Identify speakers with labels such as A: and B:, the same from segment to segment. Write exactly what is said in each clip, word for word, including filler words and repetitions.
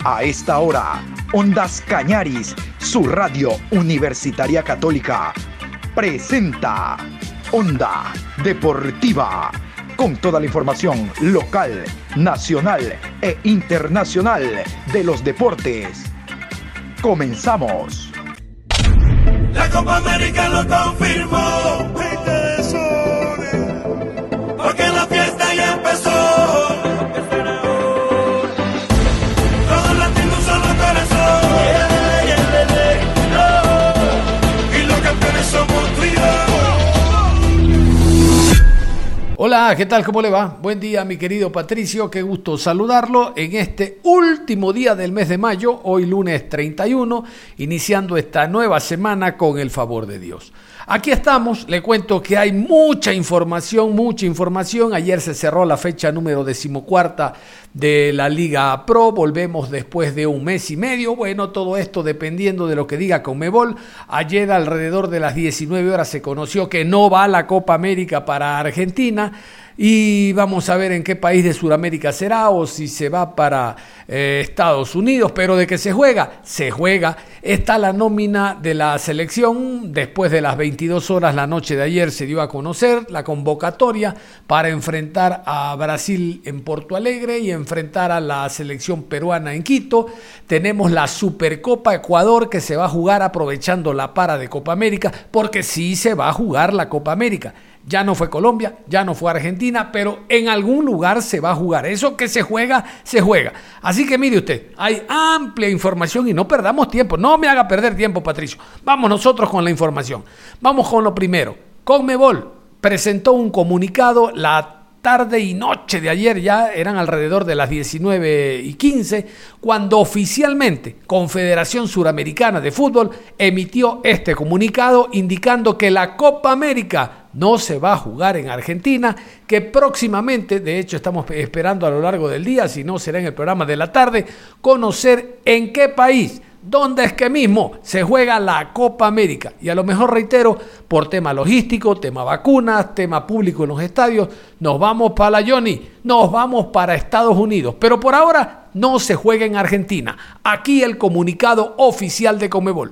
A: A esta hora, Ondas Cañaris, su radio universitaria católica, presenta Onda Deportiva, con toda la información local, nacional e internacional de los deportes. Comenzamos.
B: La Copa América lo confirmó, porque la fiesta ya empezó. Todos latiendo un solo corazón, y los campeones somos tú y yo.
C: Hola, ¿qué tal? ¿Cómo le va? Buen día, mi querido Patricio, qué gusto saludarlo en este último día del mes de mayo, hoy lunes treinta y uno, iniciando esta nueva semana con el favor de Dios. Aquí estamos, le cuento que hay mucha información, mucha información. Ayer se cerró la fecha número decimocuarta de la Liga Pro, volvemos después de un mes y medio. Bueno, todo esto dependiendo de lo que diga Conmebol. Ayer alrededor de las diecinueve horas se conoció que no va la Copa América para Argentina. Y vamos a ver en qué país de Sudamérica será o si se va para eh, Estados Unidos, pero de que se juega, se juega. Está la nómina de la selección. Después de las veintidós horas la noche de ayer se dio a conocer la convocatoria para enfrentar a Brasil en Porto Alegre y enfrentar a la selección peruana en Quito. Tenemos la Supercopa Ecuador que se va a jugar aprovechando la para de Copa América, porque sí se va a jugar la Copa América. Ya no fue Colombia, ya no fue Argentina, pero en algún lugar se va a jugar. Eso que se juega, se juega. Así que mire usted, hay amplia información y no perdamos tiempo. No me haga perder tiempo, Patricio. Vamos nosotros con la información. Vamos con lo primero. Conmebol presentó un comunicado la tarde y noche de ayer, ya eran alrededor de las diecinueve y quince, cuando oficialmente Confederación Suramericana de Fútbol emitió este comunicado indicando que la Copa América no se va a jugar en Argentina, que próximamente, de hecho estamos esperando a lo largo del día, si no será en el programa de la tarde, conocer en qué país, dónde es que mismo se juega la Copa América. Y a lo mejor, reitero, por tema logístico, tema vacunas, tema público en los estadios, nos vamos para la Johnny, nos vamos para Estados Unidos. Pero por ahora no se juega en Argentina. Aquí el comunicado oficial de Conmebol.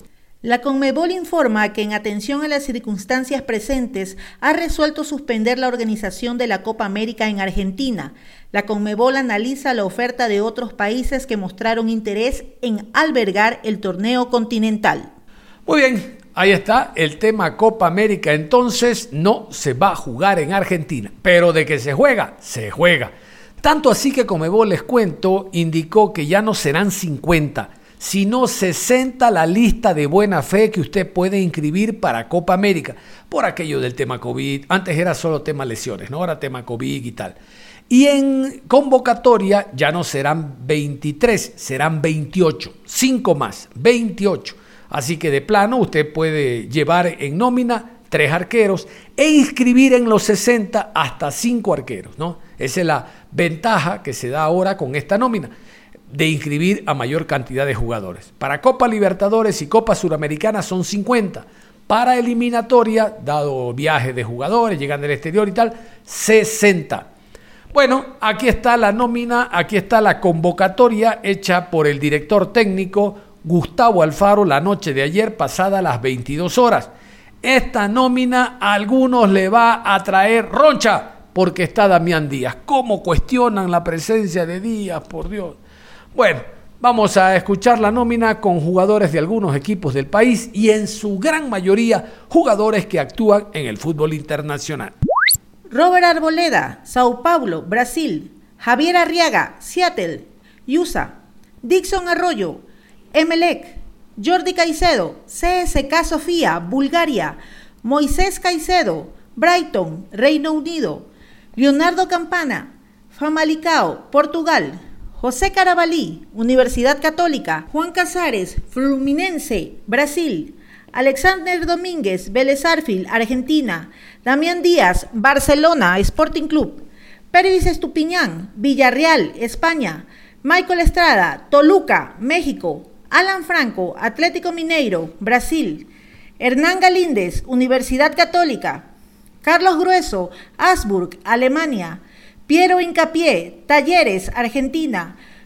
D: La Conmebol informa que en atención a las circunstancias presentes ha resuelto suspender la organización de la Copa América en Argentina. La Conmebol analiza la oferta de otros países que mostraron interés en albergar el torneo continental. Muy bien, ahí está el tema Copa América. Entonces no se va a jugar en Argentina, pero de que se juega, se juega. Tanto así que Conmebol, les cuento, indicó que ya no serán cincuenta, sino sesenta la lista de buena fe que usted puede inscribir para Copa América, por aquello del tema COVID. Antes era solo tema lesiones, ¿no? Ahora tema COVID y tal. Y en convocatoria ya no serán veintitrés, serán veintiocho, cinco más, veintiocho. Así que de plano usted puede llevar en nómina tres arqueros e inscribir en los sesenta hasta cinco arqueros, ¿no? Esa es la ventaja que se da ahora con esta nómina, de inscribir a mayor cantidad de jugadores. Para Copa Libertadores y Copa Suramericana son cincuenta. Para eliminatoria, dado viaje de jugadores, llegan del exterior y tal, sesenta. Bueno, aquí está la nómina, aquí está la convocatoria hecha por el director técnico Gustavo Alfaro la noche de ayer, pasada las veintidós horas. Esta nómina a algunos le va a traer roncha, porque está Damián Díaz. ¿Cómo cuestionan la presencia de Díaz, por Dios? Bueno, vamos a escuchar la nómina con jugadores de algunos equipos del país y en su gran mayoría jugadores que actúan en el fútbol internacional. Robert Arboleda, Sao Paulo, Brasil. Javier Arriaga, Seattle, U S A. Dixon Arroyo, Emelec. Jordi Caicedo, C S K A Sofía, Bulgaria. Moisés Caicedo, Brighton, Reino Unido. Leonardo Campana, Famalicão, Portugal. José Carabalí, Universidad Católica. Juan Casares, Fluminense, Brasil. Alexander Domínguez, Vélez Sarsfield, Argentina. Damián Díaz, Barcelona, Sporting Club. Pervis Estupiñán, Villarreal, España. Michael Estrada, Toluca, México. Alan Franco, Atlético Mineiro, Brasil. Hernán Galíndez, Universidad Católica. Carlos Grueso, Augsburg, Alemania. Piero Hincapié, Talleres, Argentina.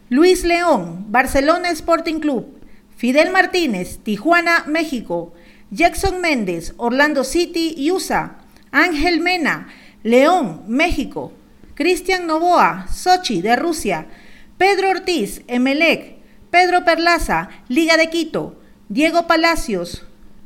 D: Luis León, Barcelona Sporting Club. Fidel Martínez, Tijuana, México. Jackson Méndez, Orlando City, U S A. Ángel Mena, León, México. Cristian Novoa, Sochi, de Rusia. Pedro Ortiz, Emelec. Pedro Perlaza, Liga de Quito. Diego Palacios,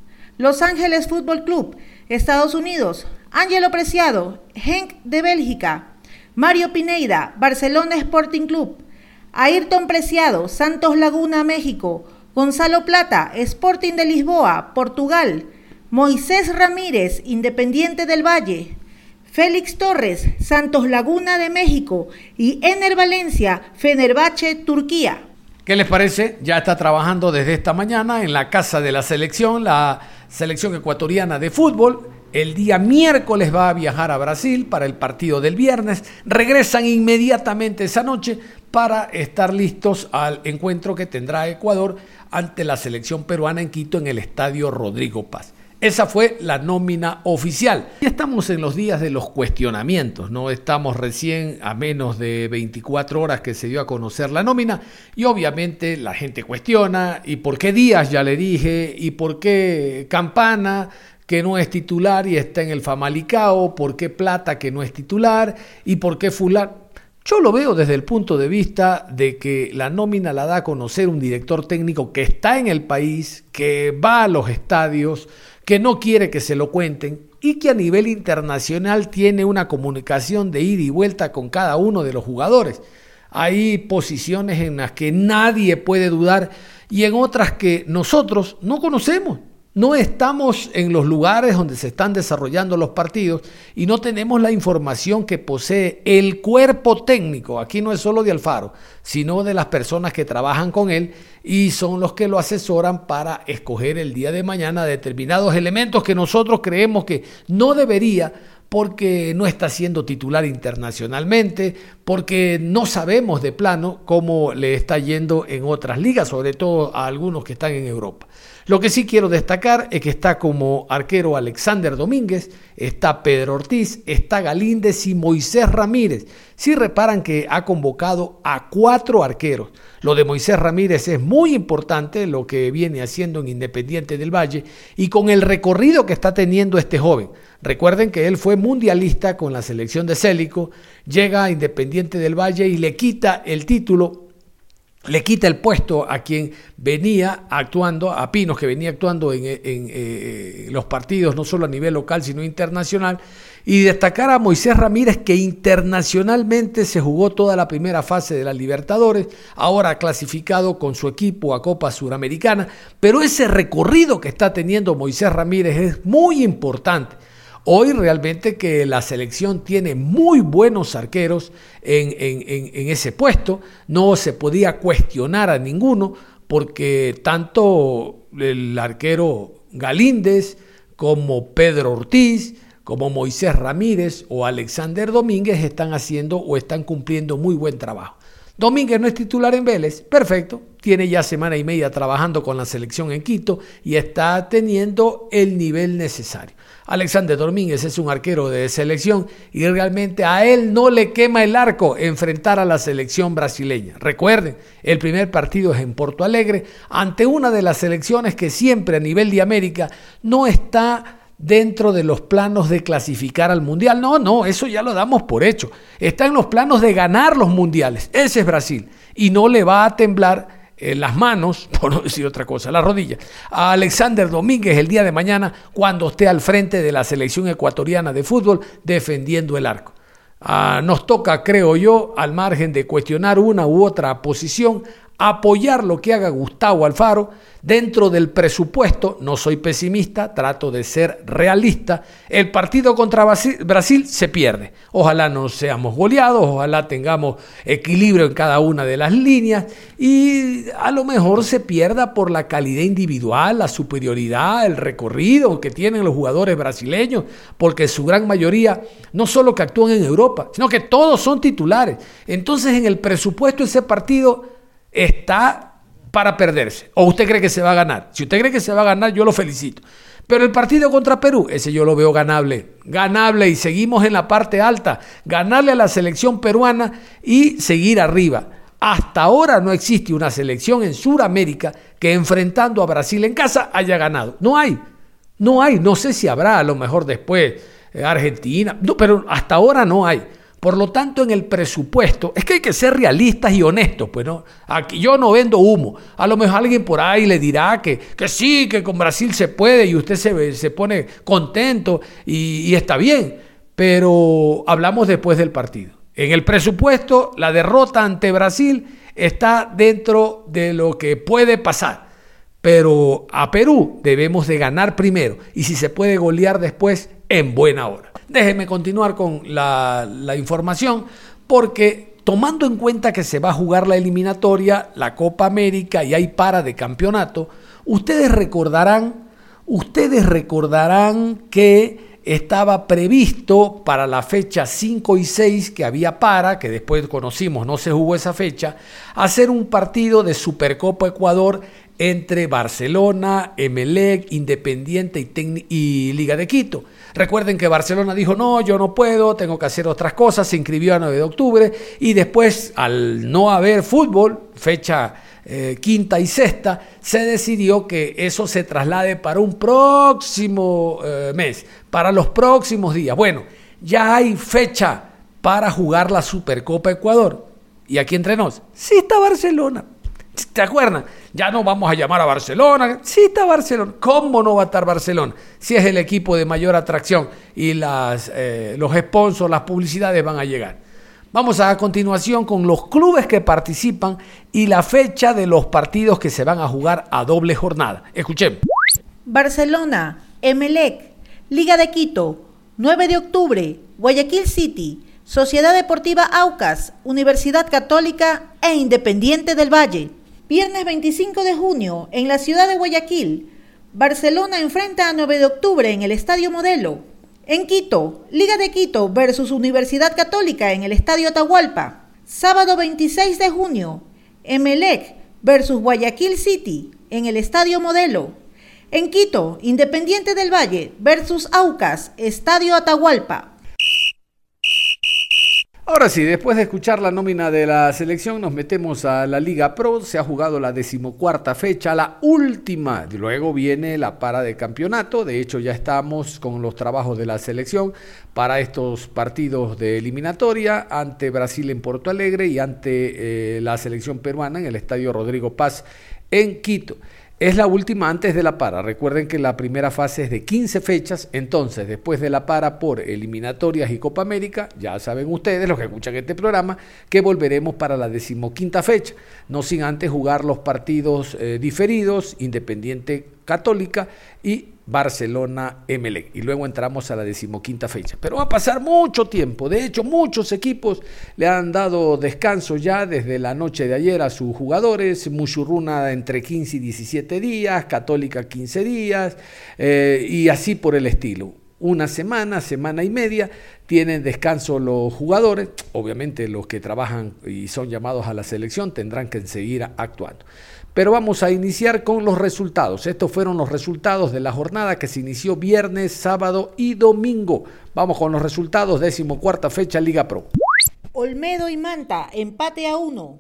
D: Los Ángeles Fútbol Club, Estados Unidos. Ángelo Preciado, Genk de Bélgica. Mario Pineida, Barcelona Sporting Club. Ayrton Preciado, Santos Laguna, México. Gonzalo Plata, Sporting de Lisboa, Portugal. Moisés Ramírez, Independiente del Valle. Félix Torres, Santos Laguna de México. Y Ener Valencia, Fenerbahce, Turquía.
C: ¿Qué les parece? Ya está trabajando desde esta mañana en la casa de la selección, la selección ecuatoriana de fútbol. El día miércoles va a viajar a Brasil para el partido del viernes. Regresan inmediatamente esa noche para estar listos al encuentro que tendrá Ecuador ante la selección peruana en Quito en el Estadio Rodrigo Paz. Esa fue la nómina oficial. Ya estamos en los días de los cuestionamientos, ¿no? Estamos recién a menos de veinticuatro horas que se dio a conocer la nómina y obviamente la gente cuestiona, ¿y por qué Díaz? Ya le dije, ¿y por qué Campana, que no es titular y está en el Famalicao? ¿Por qué Plata, que no es titular? ¿Y por qué Fulano? Yo lo veo desde el punto de vista de que la nómina la da a conocer un director técnico que está en el país, que va a los estadios, que no quiere que se lo cuenten y que a nivel internacional tiene una comunicación de ida y vuelta con cada uno de los jugadores. Hay posiciones en las que nadie puede dudar y en otras que nosotros no conocemos. No estamos en los lugares donde se están desarrollando los partidos y no tenemos la información que posee el cuerpo técnico. Aquí no es solo de Alfaro, sino de las personas que trabajan con él y son los que lo asesoran para escoger el día de mañana determinados elementos que nosotros creemos que no debería, porque no está siendo titular internacionalmente, porque no sabemos de plano cómo le está yendo en otras ligas, sobre todo a algunos que están en Europa. Lo que sí quiero destacar es que está como arquero Alexander Domínguez, está Pedro Ortiz, está Galíndez y Moisés Ramírez. Sí reparan que ha convocado a cuatro arqueros. Lo de Moisés Ramírez es muy importante, lo que viene haciendo en Independiente del Valle y con el recorrido que está teniendo este joven. Recuerden que él fue mundialista con la selección de Célico, llega a Independiente del Valle y le quita el título, le quita el puesto a quien venía actuando, a Pinos, que venía actuando en, en, en eh, los partidos, no solo a nivel local, sino internacional, y destacar a Moisés Ramírez, que internacionalmente se jugó toda la primera fase de la Libertadores, ahora clasificado con su equipo a Copa Suramericana, pero ese recorrido que está teniendo Moisés Ramírez es muy importante. Hoy realmente que la selección tiene muy buenos arqueros en, en, en, en ese puesto, no se podía cuestionar a ninguno porque tanto el arquero Galíndez como Pedro Ortiz, como Moisés Ramírez o Alexander Domínguez están haciendo o están cumpliendo muy buen trabajo. Domínguez no es titular en Vélez, perfecto, tiene ya semana y media trabajando con la selección en Quito y está teniendo el nivel necesario. Alexander Domínguez es un arquero de selección y realmente a él no le quema el arco enfrentar a la selección brasileña. Recuerden, el primer partido es en Porto Alegre ante una de las selecciones que siempre a nivel de América no está dentro de los planos de clasificar al mundial. No, no, eso ya lo damos por hecho. Está en los planos de ganar los mundiales. Ese es Brasil. Y no le va a temblar eh, las manos, por no decir otra cosa, las rodillas, a Alexander Domínguez el día de mañana cuando esté al frente de la selección ecuatoriana de fútbol defendiendo el arco. Ah, nos toca, creo yo, al margen de cuestionar una u otra posición, apoyar lo que haga Gustavo Alfaro dentro del presupuesto. No soy pesimista, trato de ser realista. El partido contra Brasil, Brasil se pierde. Ojalá no seamos goleados, ojalá tengamos equilibrio en cada una de las líneas y a lo mejor se pierda por la calidad individual, la superioridad, el recorrido que tienen los jugadores brasileños, porque su gran mayoría no solo que actúan en Europa, sino que todos son titulares. Entonces en el presupuesto ese partido está para perderse. ¿O usted cree que se va a ganar? Si usted cree que se va a ganar, yo lo felicito. Pero el partido contra Perú, ese yo lo veo ganable. Ganable y seguimos en la parte alta. Ganarle a la selección peruana y seguir arriba. Hasta ahora no existe una selección en Sudamérica que enfrentando a Brasil en casa haya ganado. No hay, no hay, no sé si habrá, a lo mejor después eh, Argentina, no, pero hasta ahora no hay. Por lo tanto, en el presupuesto, es que hay que ser realistas y honestos, pues no. Aquí yo no vendo humo. A lo mejor alguien por ahí le dirá que, que sí, que con Brasil se puede y usted se, se pone contento y, y está bien. Pero hablamos después del partido. En el presupuesto, la derrota ante Brasil está dentro de lo que puede pasar. Pero a Perú debemos de ganar primero y si se puede golear después, en buena hora. Déjenme continuar con la, la información porque tomando en cuenta que se va a jugar la eliminatoria, la Copa América y hay para de campeonato, ustedes recordarán, ustedes recordarán que estaba previsto para la fecha cinco y seis que había para, que después conocimos, no se jugó esa fecha, hacer un partido de Supercopa Ecuador entre Barcelona, Emelec, Independiente y, Tecni- y Liga de Quito. Recuerden que Barcelona dijo, no, yo no puedo, tengo que hacer otras cosas, se inscribió a nueve de octubre y después, al no haber fútbol, fecha eh, quinta y sexta, se decidió que eso se traslade para un próximo eh, mes, para los próximos días. Bueno, ya hay fecha para jugar la Supercopa Ecuador. ¿Y aquí entre nos? Sí está Barcelona. ¿Te acuerdan? Ya no vamos a llamar a Barcelona. Sí está Barcelona. ¿Cómo no va a estar Barcelona? Si es el equipo de mayor atracción y las, eh, los sponsors, las publicidades van a llegar. Vamos a continuación con los clubes que participan y la fecha de los partidos que se van a jugar a doble jornada. Escuchemos.
D: Barcelona, Emelec, Liga de Quito, nueve de octubre, Guayaquil City, Sociedad Deportiva Aucas, Universidad Católica e Independiente del Valle. Viernes veinticinco de junio, en la ciudad de Guayaquil, Barcelona enfrenta a nueve de octubre en el Estadio Modelo. En Quito, Liga de Quito versus Universidad Católica en el Estadio Atahualpa. Sábado veintiséis de junio, Emelec versus Guayaquil City en el Estadio Modelo. En Quito, Independiente del Valle versus Aucas, Estadio Atahualpa.
C: Ahora sí, después de escuchar la nómina de la selección, nos metemos a la Liga Pro. Se ha jugado la decimocuarta fecha, la última. Luego viene la para de campeonato. De hecho, ya estamos con los trabajos de la selección para estos partidos de eliminatoria ante Brasil en Porto Alegre y ante eh, la selección peruana en el Estadio Rodrigo Paz en Quito. Es la última antes de la para. Recuerden que la primera fase es de quince fechas, entonces después de la para por eliminatorias y Copa América, ya saben ustedes, los que escuchan este programa, que volveremos para la decimoquinta fecha, no sin antes jugar los partidos eh, diferidos, Independiente Católica y Barcelona Emelec, y luego entramos a la decimoquinta fecha, pero va a pasar mucho tiempo. De hecho, muchos equipos le han dado descanso ya desde la noche de ayer a sus jugadores. Muchurruna entre quince y diecisiete días, Católica quince días, eh, y así por el estilo. Una semana, semana y media tienen descanso los jugadores. Obviamente los que trabajan y son llamados a la selección tendrán que seguir actuando. Pero vamos a iniciar con los resultados. Estos fueron los resultados de la jornada que se inició viernes, sábado y domingo. Vamos con los resultados, decimocuarta fecha Liga Pro.
D: Olmedo y Manta, empate a uno.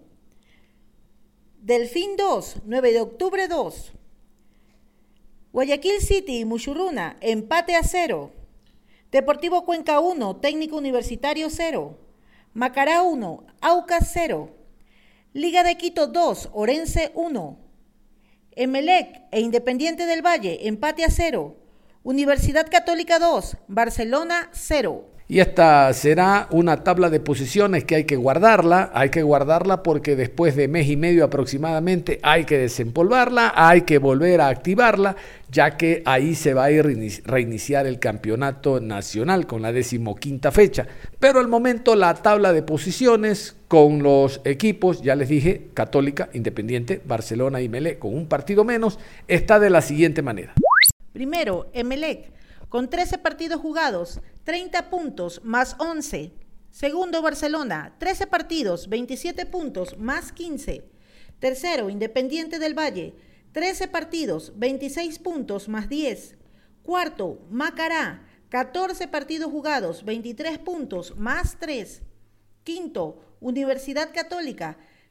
D: Delfín dos, nueve de octubre dos. Guayaquil City y Muchurruna, empate a cero. Deportivo Cuenca uno, Técnico Universitario cero. Macará uno, Aucas cero. Liga de Quito dos, Orense uno. Emelec e Independiente del Valle, empate a cero. Universidad Católica dos, Barcelona cero.
C: Y esta será una tabla de posiciones que hay que guardarla, hay que guardarla porque después de mes y medio aproximadamente hay que desempolvarla, hay que volver a activarla, ya que ahí se va a ir reiniciar el campeonato nacional con la decimoquinta fecha. Pero al momento la tabla de posiciones con los equipos, ya les dije, Católica, Independiente, Barcelona y Emelec, con un partido menos, está de la siguiente manera.
D: Primero, Emelec, con trece partidos jugados, treinta puntos más once. Segundo, Barcelona, trece partidos, veintisiete puntos más quince. Tercero, Independiente del Valle, trece partidos, veintiséis puntos más diez. Cuarto, Macará, catorce partidos jugados, veintitrés puntos más tres. Quinto, Universidad Católica,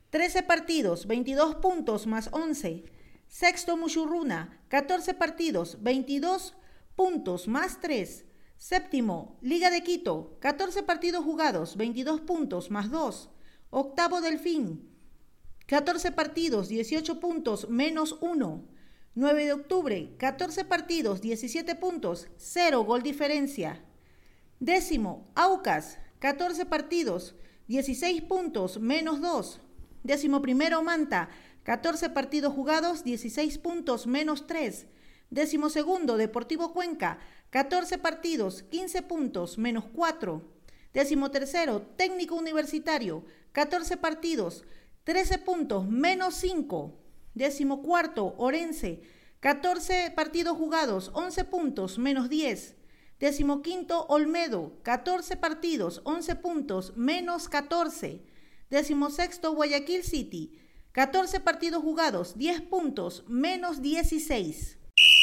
D: trece partidos, veintidós puntos más once. Sexto, Muchurruna, catorce partidos, veintidós puntos más tres. Séptimo, Liga de Quito, catorce partidos jugados, veintidós puntos más dos. Octavo, Delfín, catorce partidos, dieciocho puntos menos uno. nueve de octubre, catorce partidos, diecisiete puntos, cero gol diferencia. Décimo, Aucas, catorce partidos, dieciséis puntos menos dos. Décimo primero, Manta, catorce partidos jugados, dieciséis puntos menos tres. Décimo segundo, Deportivo Cuenca, catorce partidos, quince puntos menos cuatro. Décimo tercero, Técnico Universitario, catorce partidos, trece puntos menos cinco. Décimo cuarto, Orense, catorce partidos jugados, once puntos menos diez. Décimo quinto, Olmedo, catorce partidos, once puntos menos catorce. Décimo sexto, Guayaquil City, catorce partidos jugados, diez puntos menos dieciséis.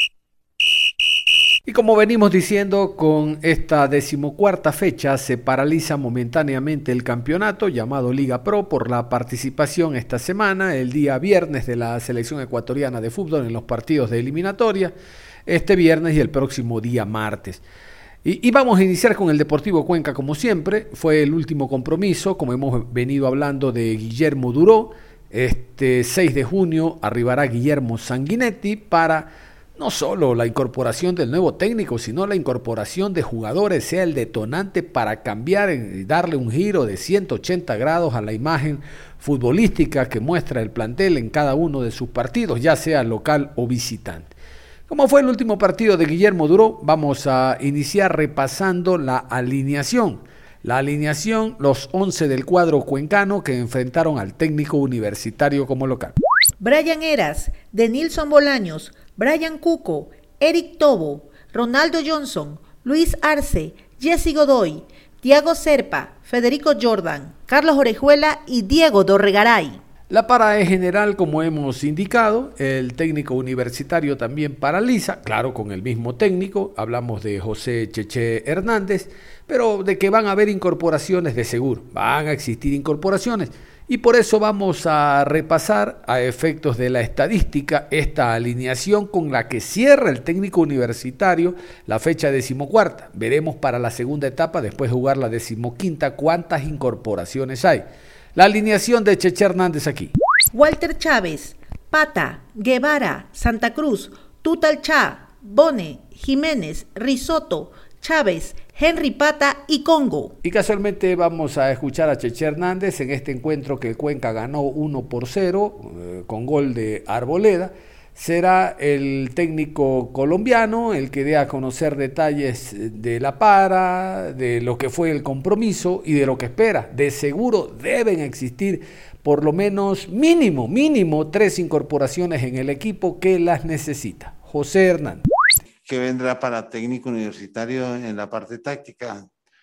C: Y como venimos diciendo, con esta decimocuarta fecha se paraliza momentáneamente el campeonato llamado Liga Pro por la participación esta semana, el día viernes, de la selección ecuatoriana de fútbol en los partidos de eliminatoria, este viernes y el próximo día martes. Y, y vamos a iniciar con el Deportivo Cuenca como siempre. Fue el último compromiso, como hemos venido hablando, de Guillermo Duró. Este seis de junio arribará Guillermo Sanguinetti para no solo la incorporación del nuevo técnico, sino la incorporación de jugadores sea el detonante para cambiar y darle un giro de ciento ochenta grados a la imagen futbolística que muestra el plantel en cada uno de sus partidos, ya sea local o visitante. Como fue el último partido de Guillermo Duró, vamos a iniciar repasando la alineación. La alineación, los once del cuadro cuencano que enfrentaron al técnico universitario como local.
D: Brian Heras, Denilson Bolaños, Brian Cuco, Eric Tobo, Ronaldo Johnson, Luis Arce, Jesse Godoy, Thiago Serpa, Federico Jordan, Carlos Orejuela y Diego Dorregaray.
C: La para es general, como hemos indicado. El técnico universitario también paraliza, claro, con el mismo técnico. Hablamos de José Cheche Hernández, pero de que van a haber incorporaciones de seguro, van a existir incorporaciones. Y por eso vamos a repasar, a efectos de la estadística, esta alineación con la que cierra el técnico universitario la fecha decimocuarta. Veremos para la segunda etapa, después de jugar la decimoquinta, cuántas incorporaciones hay. La alineación de Cheche Hernández aquí.
D: Walter Chávez, Pata, Guevara, Santa Cruz, Tutalchá, Bone, Jiménez, Risotto, Chávez, Henry Pata y Congo.
C: Y casualmente vamos a escuchar a Cheche Hernández en este encuentro que el Cuenca ganó uno por cero eh, con gol de Arboleda. Será el técnico colombiano el que dé a conocer detalles de la para, de lo que fue el compromiso y de lo que espera. De seguro deben existir por lo menos mínimo, mínimo tres incorporaciones en el equipo que las necesita. José Hernández.
E: ¿Qué vendrá para técnico universitario en la parte táctica?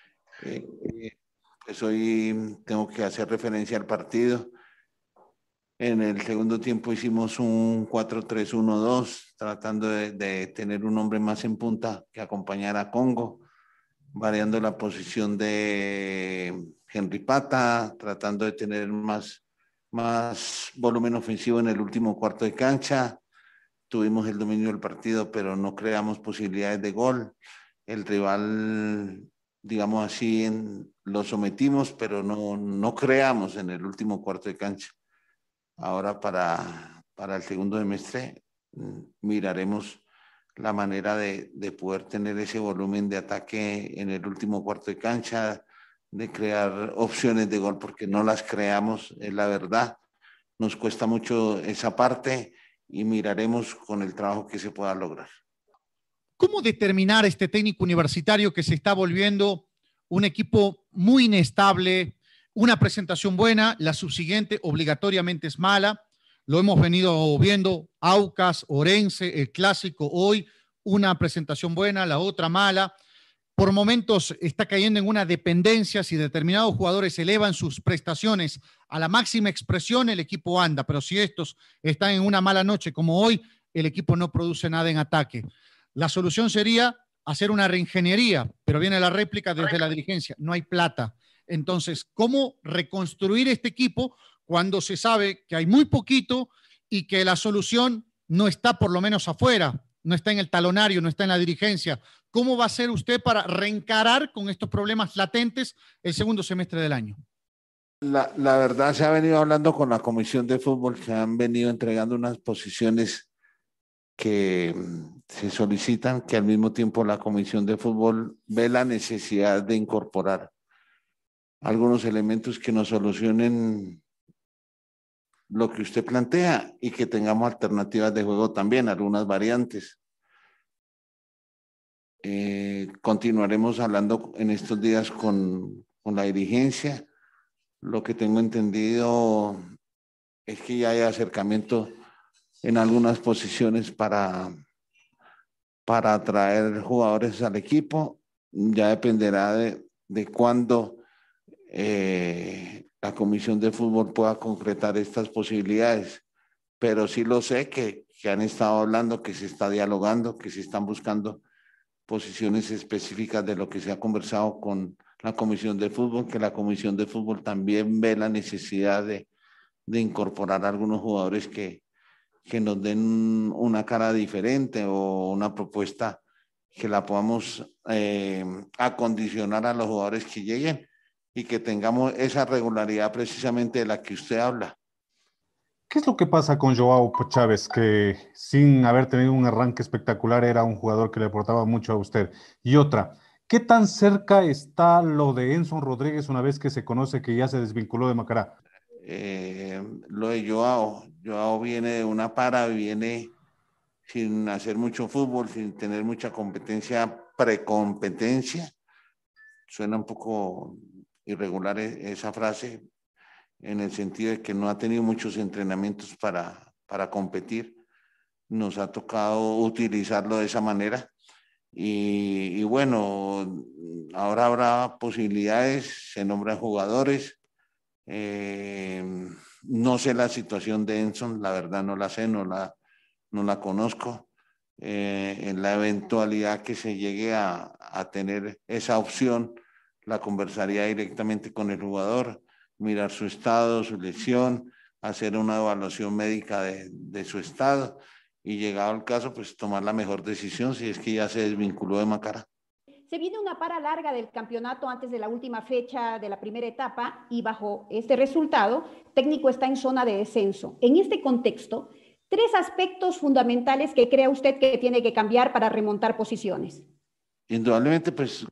E: Eh, pues hoy tengo que hacer referencia al partido. En el segundo tiempo hicimos un cuatro tres uno dos, tratando de, de tener un hombre más en punta que acompañara a Congo, variando la posición de Henry Pata, tratando de tener más, más volumen ofensivo en el último cuarto de cancha. Tuvimos el dominio del partido, pero no creamos posibilidades de gol. El rival, digamos así, en, lo sometimos, pero no, no creamos en el último cuarto de cancha. Ahora para, para el segundo semestre miraremos la manera de, de poder tener ese volumen de ataque en el último cuarto de cancha, de crear opciones de gol, porque no las creamos, es la verdad. Nos cuesta mucho esa parte y miraremos con el trabajo que se pueda lograr.
F: ¿Cómo determinar este técnico universitario que se está volviendo un equipo muy inestable? Una presentación buena, la subsiguiente obligatoriamente es mala. Lo hemos venido viendo, Aucas, Orense, el clásico hoy, una presentación buena, la otra mala. Por momentos está cayendo en una dependencia. Si determinados jugadores elevan sus prestaciones a la máxima expresión, el equipo anda. Pero si estos están en una mala noche como hoy, el equipo no produce nada en ataque. La solución sería hacer una reingeniería, pero viene la réplica desde la dirigencia. No hay plata. Entonces, ¿cómo reconstruir este equipo cuando se sabe que hay muy poquito y que la solución no está por lo menos afuera, no está en el talonario, no está en la dirigencia? ¿Cómo va a ser usted para reencarar con estos problemas latentes el segundo semestre del año?
E: La, la verdad, se ha venido hablando con la Comisión de Fútbol, que han venido entregando unas posiciones que se solicitan, que al mismo tiempo la Comisión de Fútbol ve la necesidad de incorporar algunos elementos que nos solucionen lo que usted plantea y que tengamos alternativas de juego también, algunas variantes. Eh, continuaremos hablando en estos días con, con la dirigencia. Lo que tengo entendido es que ya hay acercamiento en algunas posiciones para, para atraer jugadores al equipo. Ya dependerá de, de cuándo eh, la Comisión de Fútbol pueda concretar estas posibilidades. Pero sí lo sé que, que han estado hablando, que se está dialogando, que se están buscando posiciones específicas de lo que se ha conversado con la Comisión de Fútbol, que la Comisión de Fútbol también ve la necesidad de, de incorporar a algunos jugadores que, que nos den una cara diferente o una propuesta que la podamos eh, acondicionar a los jugadores que lleguen y que tengamos esa regularidad precisamente de la que usted habla.
G: ¿Qué es lo que pasa con Joao Chávez, que sin haber tenido un arranque espectacular era un jugador que le aportaba mucho a usted? Y otra, ¿qué tan cerca está lo de Enson Rodríguez una vez que se conoce que ya se desvinculó de Macará?
E: Eh, lo de Joao, Joao viene de una para, viene sin hacer mucho fútbol, sin tener mucha competencia, precompetencia. Suena un poco irregular esa frase, en el sentido de que no ha tenido muchos entrenamientos para, para competir. Nos ha tocado utilizarlo de esa manera. Y, y bueno, ahora habrá posibilidades, se nombran jugadores. Eh, no sé la situación de Enson, la verdad no la sé, no la, no la conozco. Eh, en la eventualidad que se llegue a, a tener esa opción, la conversaría directamente con el jugador, mirar su estado, su lesión, hacer una evaluación médica de, de su estado y llegado el caso, pues tomar la mejor decisión si es que ya se desvinculó de Macará.
H: Se viene una para larga del campeonato antes de la última fecha de la primera etapa y bajo este resultado, Técnico está en zona de descenso. En este contexto, tres aspectos fundamentales que crea usted que tiene que cambiar para remontar posiciones.
E: Indudablemente, pues,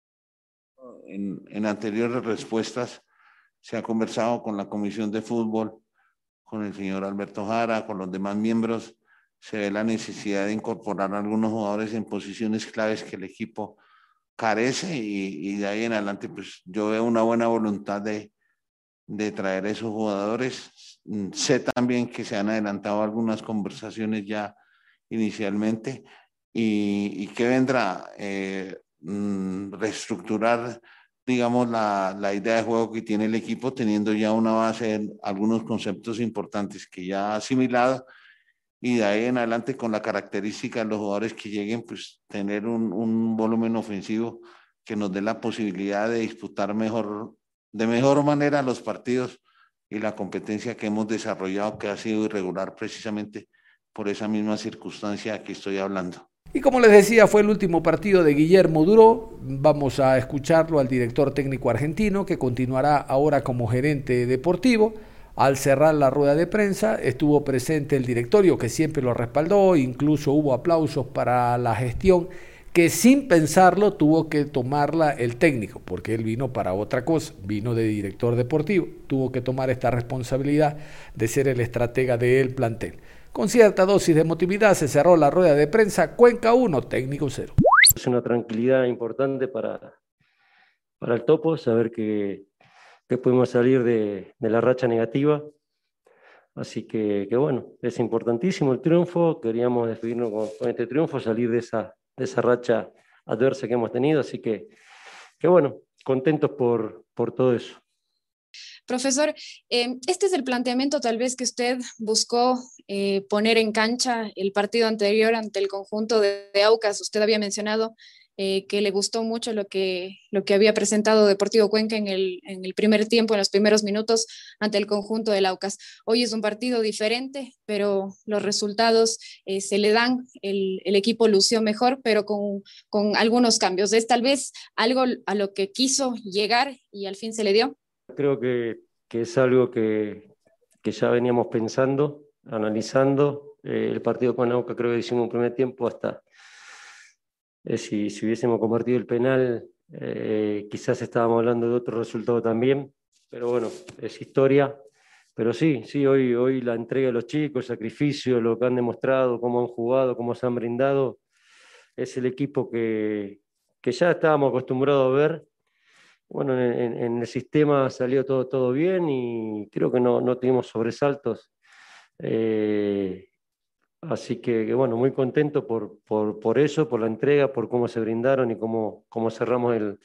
E: en, en anteriores respuestas se ha conversado con la Comisión de Fútbol, con el señor Alberto Jara, con los demás miembros. Se ve la necesidad de incorporar a algunos jugadores en posiciones claves que el equipo carece y, y de ahí en adelante pues yo veo una buena voluntad de, de traer a esos jugadores. Sé también que se han adelantado algunas conversaciones ya inicialmente y, y que vendrá eh, reestructurar, digamos, la, la idea de juego que tiene el equipo, teniendo ya una base en algunos conceptos importantes que ya ha asimilado, y de ahí en adelante con la característica de los jugadores que lleguen, pues tener un, un volumen ofensivo que nos dé la posibilidad de disputar mejor, de mejor manera los partidos y la competencia que hemos desarrollado, que ha sido irregular precisamente por esa misma circunstancia que estoy hablando.
C: Y como les decía, fue el último partido de Guillermo Duró. Vamos a escucharlo al director técnico argentino, que continuará ahora como gerente deportivo. Al cerrar la rueda de prensa estuvo presente el directorio, que siempre lo respaldó, incluso hubo aplausos para la gestión que sin pensarlo tuvo que tomarla el técnico, porque él vino para otra cosa, vino de director deportivo, tuvo que tomar esta responsabilidad de ser el estratega del plantel. Con cierta dosis de emotividad se cerró la rueda de prensa. Cuenca uno, técnico cero.
I: Es una tranquilidad importante para, para el Topo, saber que, que pudimos salir de, de la racha negativa. Así que, que bueno, es importantísimo el triunfo. Queríamos despedirnos con, con este triunfo, salir de esa, de esa racha adversa que hemos tenido. Así que, que bueno, contentos por, por todo eso.
J: Profesor, eh, este es el planteamiento tal vez que usted buscó eh, poner en cancha el partido anterior ante el conjunto de, de Aucas. Usted había mencionado eh, que le gustó mucho lo que, lo que había presentado Deportivo Cuenca en el, en el primer tiempo, en los primeros minutos ante el conjunto del Aucas. Hoy es un partido diferente, pero los resultados eh, se le dan, el, el equipo lució mejor, pero con, con algunos cambios. Es tal vez algo a lo que quiso llegar y al fin se le dio.
I: Creo que, que es algo que, que ya veníamos pensando, analizando. Eh, el partido con Aucas creo que hicimos un primer tiempo hasta... Eh, si, si hubiésemos convertido el penal, eh, quizás estábamos hablando de otro resultado también, pero bueno, es historia. Pero sí, sí, hoy, hoy la entrega de los chicos, el sacrificio, lo que han demostrado, cómo han jugado, cómo se han brindado, es el equipo que, que ya estábamos acostumbrados a ver. Bueno, en, en el sistema salió todo, todo bien y creo que no, no tuvimos sobresaltos. Eh, Así que, que bueno, muy contento por, por, por eso, por la entrega, por cómo se brindaron y cómo, cómo cerramos el,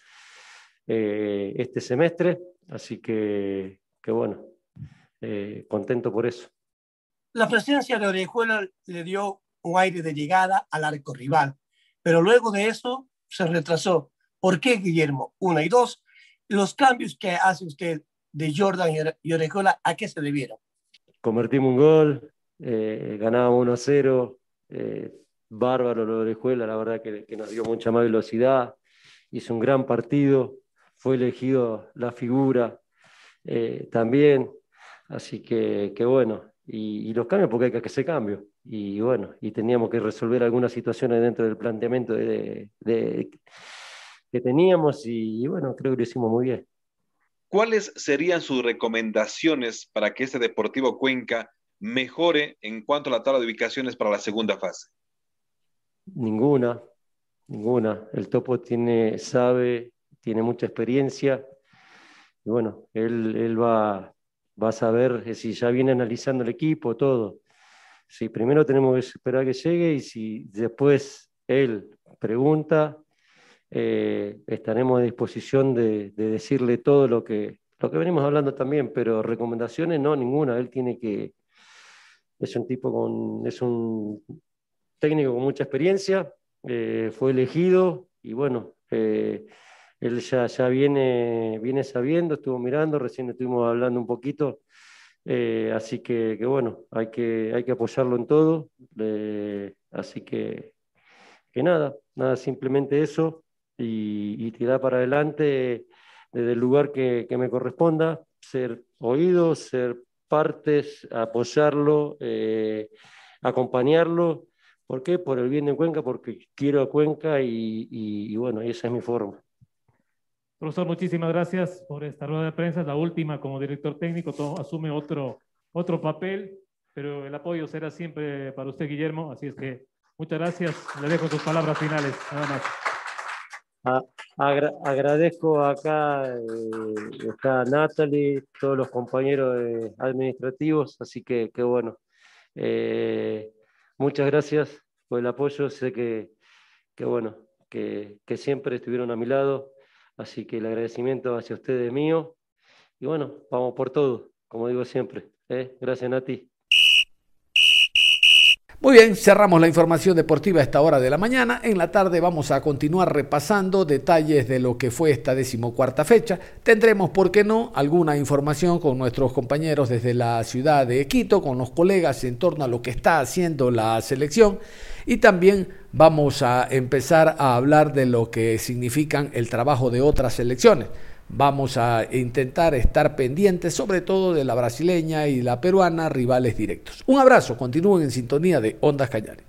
I: eh, este semestre. Así que, que bueno, eh, contento por eso.
K: La presencia de Orejuela le dio un aire de llegada al arco rival, pero luego de eso se retrasó. ¿Por qué, Guillermo? Una y dos, los cambios que hace usted de Jordan y Orejuela, ¿a qué se debieron?
I: Convertimos un gol. Eh, ganábamos uno a cero, eh, bárbaro lo de Orejuela, la verdad que, que nos dio mucha más velocidad, hizo un gran partido, fue elegido la figura eh, también, así que, que bueno, y, y los cambios porque hay que hacer cambios, y bueno, y teníamos que resolver algunas situaciones dentro del planteamiento de, de, que teníamos, y, y bueno, creo que lo hicimos muy bien.
L: ¿Cuáles serían sus recomendaciones para que este Deportivo Cuenca mejore en cuanto a la tabla de ubicaciones para la segunda fase?
I: Ninguna, ninguna. El Topo tiene, sabe, tiene mucha experiencia y bueno, él, él va, va a saber si ya viene analizando el equipo, todo. Si primero tenemos que esperar que llegue y si después él pregunta, eh, estaremos a disposición de, de decirle todo lo que, lo que venimos hablando también, pero recomendaciones no, ninguna. Él tiene que Es un tipo con, es un técnico con mucha experiencia, eh, fue elegido y bueno, eh, él ya, ya viene, viene sabiendo, estuvo mirando, recién estuvimos hablando un poquito, eh, así que, que bueno, hay que, hay que apoyarlo en todo, eh, así que, que nada, nada, simplemente eso y, y tirar para adelante desde el lugar que, que me corresponda, ser oído, ser partes, apoyarlo, eh, acompañarlo. ¿Por qué? Por el bien de Cuenca, porque quiero a Cuenca y, y, y bueno, esa es mi forma.
M: Profesor, muchísimas gracias por esta rueda de prensa. La última como director técnico, todo, asume otro, otro papel, pero el apoyo será siempre para usted, Guillermo. Así es que muchas gracias. Le dejo sus palabras finales. Nada más.
I: A, agra, agradezco acá, eh, está Natalie, todos los compañeros eh, administrativos, así que, que bueno, eh, muchas gracias por el apoyo, sé que, que bueno, que, que siempre estuvieron a mi lado, así que el agradecimiento hacia ustedes es mío, y bueno, vamos por todo, como digo siempre, ¿eh? Gracias, Nati.
C: Muy bien, cerramos la información deportiva a esta hora de la mañana. En la tarde vamos a continuar repasando detalles de lo que fue esta decimocuarta fecha. Tendremos, por qué no, alguna información con nuestros compañeros desde la ciudad de Quito, con los colegas en torno a lo que está haciendo la selección. Y también vamos a empezar a hablar de lo que significan el trabajo de otras selecciones. Vamos a intentar estar pendientes sobre todo de la brasileña y la peruana, rivales directos. Un abrazo, continúen en sintonía de Ondas Cañares.